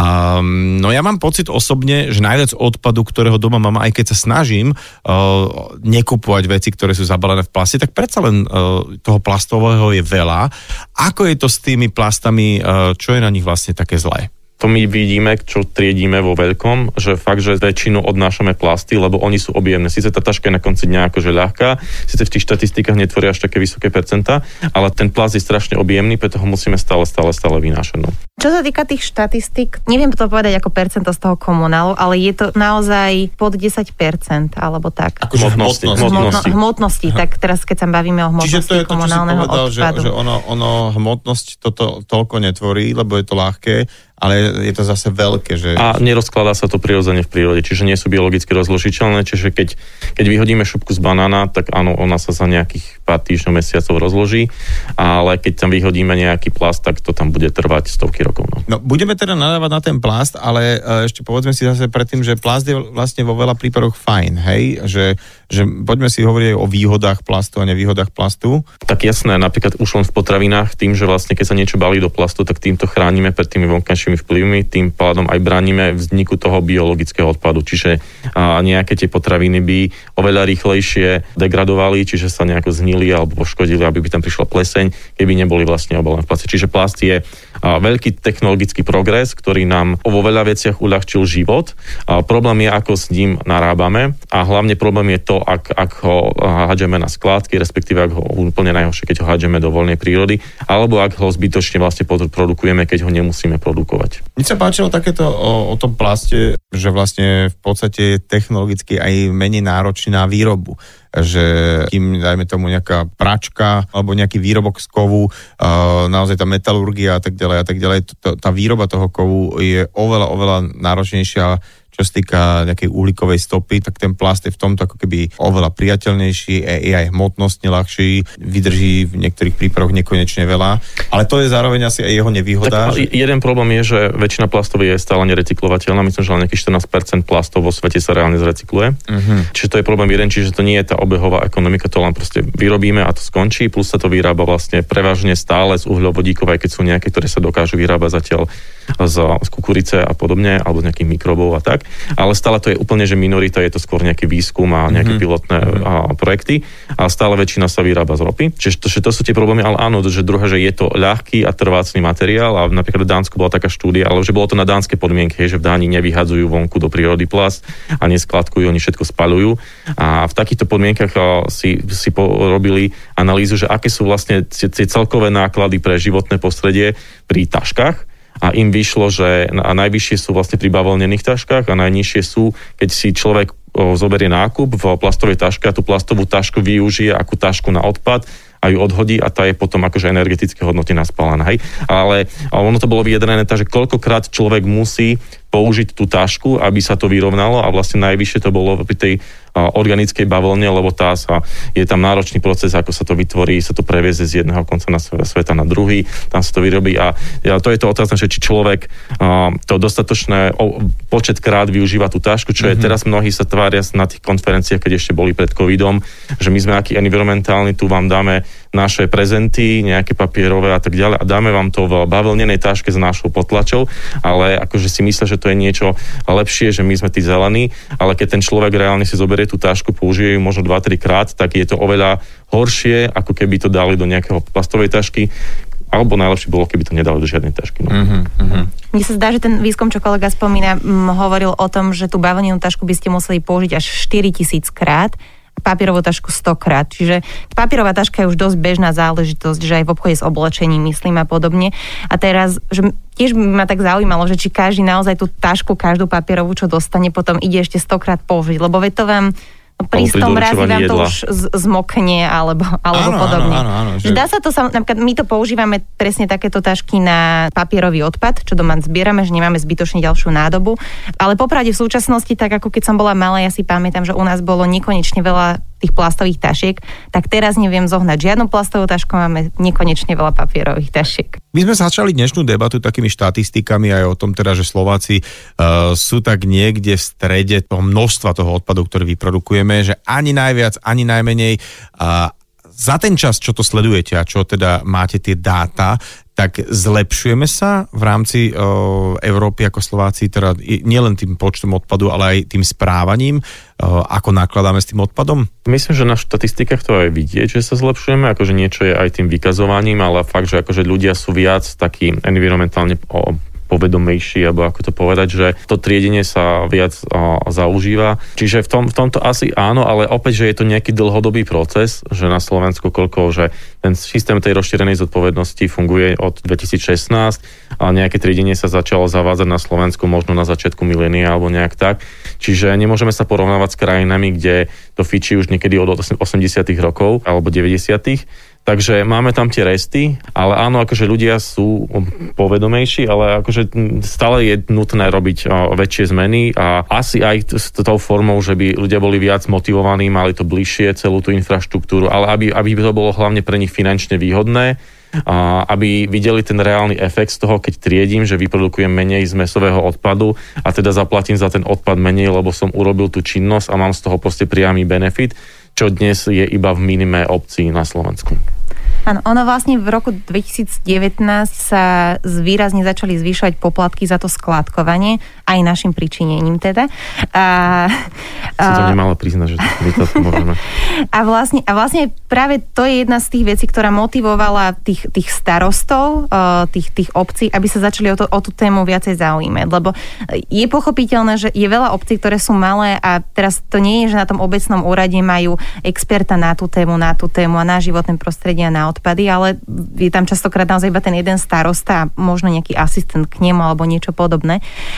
No ja mám pocit osobne, že najviac odpadu, ktorého doma mám, aj keď sa snažím nekupovať veci, ktoré sú zabalené v plaste, tak predsa len toho plastového je veľa. Ako je to s tými plastami, čo je na nich vlastne také zlé? To my vidíme, čo triedíme vo veľkom, že fakt, že väčšinu odnášame plasty, lebo oni sú objemné. Sice tá taška je na konci dňa akože ľahká, sice v tých štatistikách netvoria až také vysoké percentá, ale ten plast je strašne objemný, preto ho musíme stále vynášať. No. Čo sa týka tých štatistík, neviem to povedať ako percento z toho komunálu, ale je to naozaj pod 10%, alebo tak. Akože hmotnosti. Tak teraz, keď sa bavíme o hmotnosti komunálneho odpadu. Čiže to je to, že ono hmotnosť toto toľko netvorí, lebo je to ľahké, ale je to zase veľké, že... A nerozkladá sa to prirodzene v prírode, čiže nie sú biologicky rozložiteľné, čiže keď vyhodíme šupku z banána, tak áno, ona sa za nejakých pár týždňov, mesiacov rozloží, ale keď tam vyhodíme nejaký plast, tak to tam bude trvať stovky rokov. No budeme teda nadávať na ten plast, ale ešte povedzme si zase predtým, že plast je vlastne vo veľa prípadoch fajn, hej? Že poďme si hovoriť o výhodách plastu a nevýhodách plastu. Tak jasné, napríklad už len v potravinách, tým, že vlastne keď sa niečo balí do plastu, tak týmto chránime pred tými vonkajšími vplyvmi, tým pádom aj bránime vzniku toho biologického odpadu. Čiže nejaké tie potraviny by oveľa rýchlejšie degradovali, čiže sa nejako znili alebo poškodili, aby by tam prišla pleseň, keby neboli vlastne obalené v plaste. Čiže plast je veľký technologický progres, ktorý nám vo veľa veciach uľahčil život. Problém je, ako s ním narábame a hlavne problém je to, ak ho hádžeme na skládky, respektíve ak ho úplne najhoršie, keď ho hádžeme do voľnej prírody, alebo ak ho zbytočne vlastne produkujeme, keď ho nemusíme produkovať. Mne sa páčilo takéto o tom plaste, že vlastne v podstate je technologicky aj menej náročný na výrobu. Že kým, dajme tomu, nejaká pračka alebo nejaký výrobok z kovu, naozaj tá metalurgia a tak ďalej, tá výroba toho kovu je oveľa náročnejšia, čo sa týka nejakej uhlíkovej stopy, tak ten plast je v tomto ako keby oveľa priateľnejší, je aj hmotnostne ľahší, vydrží v niektorých prípadoch nekonečne veľa, ale to je zároveň asi aj jeho nevýhoda. Tak, jeden problém je, že väčšina plastov je stále nerecyklovateľná, myslím, že len nejakých 14% plastov vo svete sa reálne zrecykluje. Čiže to je problém jeden, čiže to nie je tá obehová ekonomika, to len proste vyrobíme a to skončí, plus sa to vyrába vlastne prevažne stále z uhľovodíkov, aj keď sú nejaké, ktoré sa dokážu vyrábať zatiaľ z kukurice a podobne, alebo z nejakých mikrobov a tak. Ale stále to je úplne, že minorita, je to skôr nejaký výskum a nejaké pilotné projekty a stále väčšina sa vyrába z ropy. Čiže to sú tie problémy, ale áno, že druhé, že je to ľahký a trvácný materiál a napríklad v Dánsku bola taká štúdia, ale že bolo to na dánske podmienky, že v Dánii nevyhadzujú vonku do prírody plast a neskladkujú, oni všetko spaľujú. A v takýchto podmienkach si robili analýzu, že aké sú vlastne tie celkové náklady pre životné prostredie pri taškách. A im vyšlo, že najvyššie sú vlastne pri bavlnených taškách a najnižšie sú, keď si človek zoberie nákup v plastovej taške a tú plastovú tašku využije ako tašku na odpad a ju odhodí a tá je potom akože energetické hodnoty naspálená. Hej? Ale ono to bolo vyjadrené, že koľkokrát človek musí použiť tú tašku, aby sa to vyrovnalo a vlastne najvyššie to bolo pri tej organickej bavlne, lebo je tam náročný proces, ako sa to vytvorí, sa to previeze z jedného konca sveta na druhý, tam sa to vyrobí a to je to otázne, že či človek to dostatočné počet krát využíva tú tašku, čo je teraz mnohí sa tvária na tých konferenciách, keď ešte boli pred covidom, že my sme aký environmentálni, tu vám dáme naše prezenty, nejaké papierové a tak ďalej a dáme vám to v bavlnenej taške s našou potlačou, ale akože si myslia, že to je niečo lepšie, že my sme tí zelení, ale keď ten človek reálne si zoberie tú tašku, použije ju možno 2-3 krát, tak je to oveľa horšie, ako keby to dali do nejakého plastovej tašky, alebo najlepšie bolo, keby to nedali do žiadnej tašky. No. Mne sa zdá, že ten výskum, čo kolega spomína, hovoril o tom, že tú bavlnenú tašku by ste museli použiť až 4000 krát, papierovú tašku 100 krát. Čiže papierová taška je už dosť bežná záležitosť, že aj v obchode s oblečením, myslím a podobne. A teraz, že tiež by ma tak zaujímalo, že či každý naozaj tú tašku, každú papierovú, čo dostane, potom ide ešte 100 krát použiť. Lebo veď to vám pri 100 razy vám to už zmokne alebo podobne. Áno, že dá sa to, napríklad my to používame presne takéto tašky na papierový odpad, čo doma zbierame, že nemáme zbytočne ďalšiu nádobu. Ale popravde v súčasnosti, tak ako keď som bola malá, ja si pamätám, že u nás bolo nekonečne veľa tých plastových tašiek, tak teraz neviem zohnať žiadnu plastovú tašku, máme nekonečne veľa papierových tašiek. My sme začali dnešnú debatu takými štatistikami aj o tom teda, že Slováci sú tak niekde v strede toho množstva toho odpadu, ktorý vyprodukujeme, že ani najviac, ani najmenej. Za ten čas, čo to sledujete a čo teda máte tie dáta, tak zlepšujeme sa v rámci Európy ako Slováci, teda nielen tým počtom odpadu, ale aj tým správaním, ako nakladáme s tým odpadom? Myslím, že na štatistikách to aj vidieť, že sa zlepšujeme, akože niečo je aj tým vykazovaním, ale fakt, že akože ľudia sú viac takí environmentálne povedomejší, alebo ako to povedať, že to triedenie sa viac zaužíva. Čiže v tomto asi áno, ale opäť, že je to nejaký dlhodobý proces, že na Slovensku že ten systém tej rozšírenej zodpovednosti funguje od 2016 a nejaké triedenie sa začalo zavádzať na Slovensku možno na začiatku milénia alebo nejak tak. Čiže nemôžeme sa porovnávať s krajinami, kde to fičí už niekedy od 80. rokov alebo 90. Takže máme tam tie resty, ale áno, akože ľudia sú povedomejší, ale akože stále je nutné robiť väčšie zmeny a asi aj s tou formou, že by ľudia boli viac motivovaní, mali to bližšie celú tú infraštruktúru, ale aby to bolo hlavne pre nich finančne výhodné, aby videli ten reálny efekt z toho, keď triedím, že vyprodukujem menej zmesového odpadu a teda zaplatím za ten odpad menej, lebo som urobil tú činnosť a mám z toho proste priamy benefit, čo dnes je iba v minime obcí na Slovensku. Áno, ono vlastne v roku 2019 sa výrazne začali zvyšovať poplatky za to skládkovanie, aj našim pričinením teda. Si to nemala priznať, že to môžeme. A vlastne práve to je jedna z tých vecí, ktorá motivovala tých starostov, tých obcí, aby sa začali o tú tému viacej zaujímať. Lebo je pochopiteľné, že je veľa obcí, ktoré sú malé a teraz to nie je, že na tom obecnom úrade majú experta na tú tému a na životné prostredie a na odpady, ale je tam častokrát naozaj iba ten jeden starosta a možno nejaký asistent k nemu alebo niečo podobné. Ale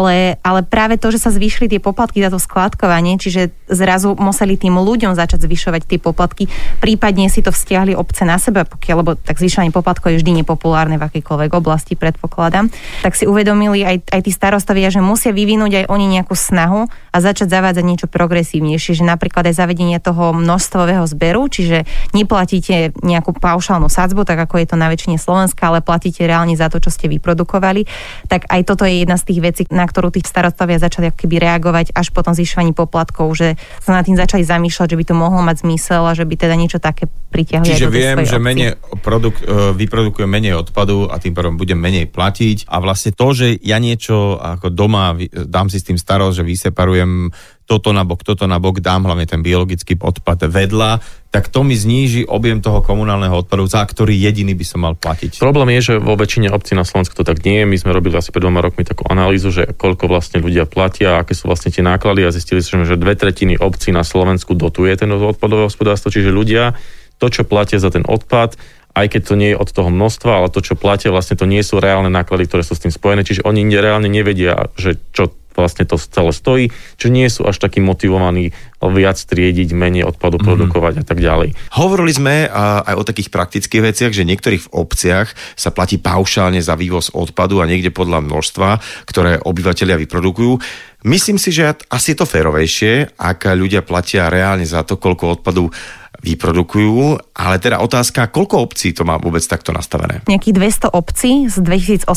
ale práve to, že sa zvýšili tie poplatky za to skladkovanie, čiže zrazu museli tým ľuďom začať zvyšovať tie poplatky, prípadne si to vzťahli obce na seba, lebo tak zvyšovanie poplatkov je vždy nepopulárne v akejkoľvek oblasti, predpokladám, tak si uvedomili aj tí starostovia, že musia vyvinúť aj oni nejakú snahu a začať zavádzať niečo progresívnejšie, že napríklad aj zavedenie toho množstvového zberu, čiže neplatíte nejakú paušálnu sadzbu, tak ako je to na väčšine Slovenska, ale platíte reálne za to, čo ste vyprodukovali, tak aj toto je jedna z tých vecí, na ktorú tí starostovia začali ako keby reagovať až po tom zvyšovaní poplatkov, že sa nad tým začali zamýšľať, že by to mohlo mať zmysel a že by teda niečo také pritiahli. Čiže viem, že vyprodukujem menej odpadu a tým pádom budem menej platiť a vlastne to, že ja niečo ako doma dám si s tým starosť, že vyseparujem toto na bok, dám hlavne ten biologický odpad vedľa, tak to mi zníži objem toho komunálneho odpadu, za ktorý jediný by som mal platiť. Problém je, že vo väčšine obcí na Slovensku to tak nie je. My sme robili asi pred 2 rokmi takú analýzu, že koľko vlastne ľudia platia, aké sú vlastne tie náklady a zistili sme, že 2/3 obcí na Slovensku dotuje ten odpadové hospodárstvo, čiže ľudia to, čo platia za ten odpad, aj keď to nie je od toho množstva, ale to, čo platia, vlastne to nie sú reálne náklady, ktoré sú s tým spojené, čiže oni reálne nevedia, že čo vlastne to celé stojí, čiže nie sú až takí motivovaní viac triediť, menej odpadu produkovať a tak ďalej. Hovorili sme aj o takých praktických veciach, že niektorých v obciach sa platí paušálne za vývoz odpadu a niekde podľa množstva, ktoré obyvatelia vyprodukujú. Myslím si, že asi je to férovejšie, ak ľudia platia reálne za to, koľko odpadu vyprodukujú, ale teda otázka, koľko obcí to má vôbec takto nastavené? Nejakých 200 obcí z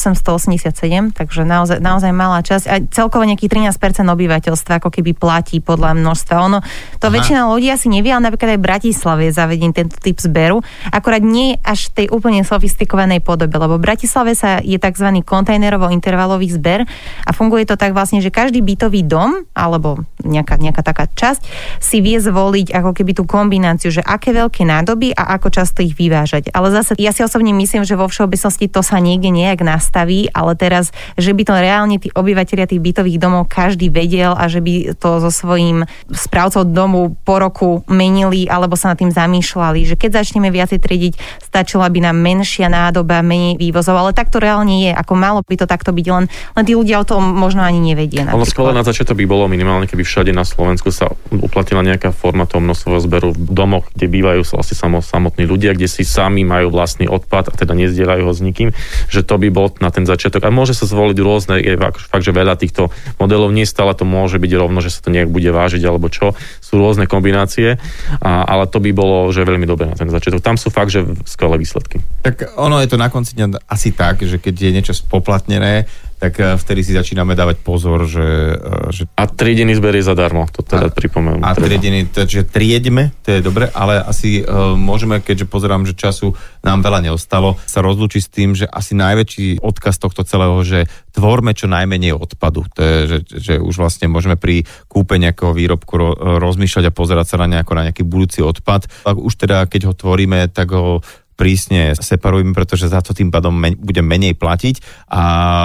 2887, takže naozaj malá časť a celkovo nejakých 13% obyvateľstva ako keby platí podľa množstva. Ono, to väčšina ľudí asi nevie, ale napríklad aj v Bratislave je zavedený tento typ zberu, akorát nie až v tej úplne sofistikovanej podobe, lebo v Bratislave je tzv. Kontajnerovo-intervalový zber a funguje to tak vlastne, že každý bytový dom alebo nejaká taká časť si vie zvoliť ako keby tú kombináciu, že aké veľké nádoby a ako často ich vyvážať. Ale zase ja si osobne myslím, že vo všeobecnosti to sa niekde nejak nastaví, ale teraz, že by to reálne tí obyvatelia tých bytových domov každý vedel a že by to so svojím správcov domu po roku menili alebo sa nad tým zamýšľali, že keď začneme viacej triediť, stačila by nám menšia nádoba, menej vývozov, ale tak to reálne je, ako malo by to takto byť, len tí ľudia o tom možno ani nevedia. Ale skôr na začiatok by bolo minimálne, keby všade na Slovensku sa uplatnila nejaká forma toho množstvového zberu v domoch, kde bývajú vlastne samotní ľudia, kde si sami majú vlastný odpad a teda nezdieľajú ho s nikým, že to by bol na ten začiatok. A môže sa zvoliť rôzne, je fakt, že veľa týchto modelov, nie stále to môže byť rovno, že sa to nejak bude vážiť alebo čo. Sú rôzne kombinácie, ale to by bolo, že veľmi dobré na ten začiatok. Tam sú fakt, že skvelé výsledky. Tak ono je to na konci dňa asi tak, že keď je niečo spoplatnené, tak vtedy si začíname dávať pozor, že... A triedený zber je zadarmo, to teda pripomeniem. A triedený, takže triedime, to je dobre, ale asi môžeme, keďže pozerám, že času nám veľa neostalo, sa rozlúčiť s tým, že asi najväčší odkaz tohto celého, že tvorme čo najmenej odpadu. To je, že už vlastne môžeme pri kúpe nejakého výrobku rozmýšľať a pozerať sa na nejaký budúci odpad. A už teda, keď ho tvoríme, tak ho prísne separujeme, pretože za to tým pádom budem menej platiť a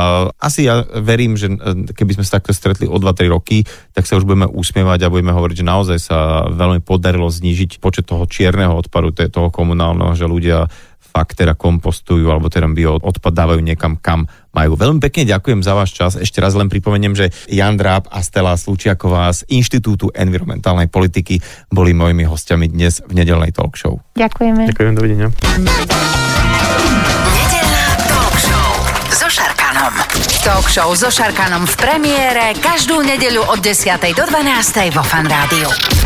asi ja verím, že keby sme sa takto stretli o 2-3 roky, tak sa už budeme usmievať a budeme hovoriť, že naozaj sa veľmi podarilo znížiť počet toho čierneho odpadu, toho komunálneho, že ľudia fakt teda kompostujú alebo teda odpad dávajú niekam, kam majú. Veľmi pekne ďakujem za váš čas. Ešte raz len pripomeniem, že Jan Dráb a Stella Slučiaková z Inštitútu environmentálnej politiky boli mojimi hostiami dnes v nedeľnej talk show. Ďakujeme. Ďakujem, dovidenia. Nedeľná talk show so Šarkanom. Talk show so Šarkanom v premiére každú nedeľu od 10. do 12. vo Fan Rádiu.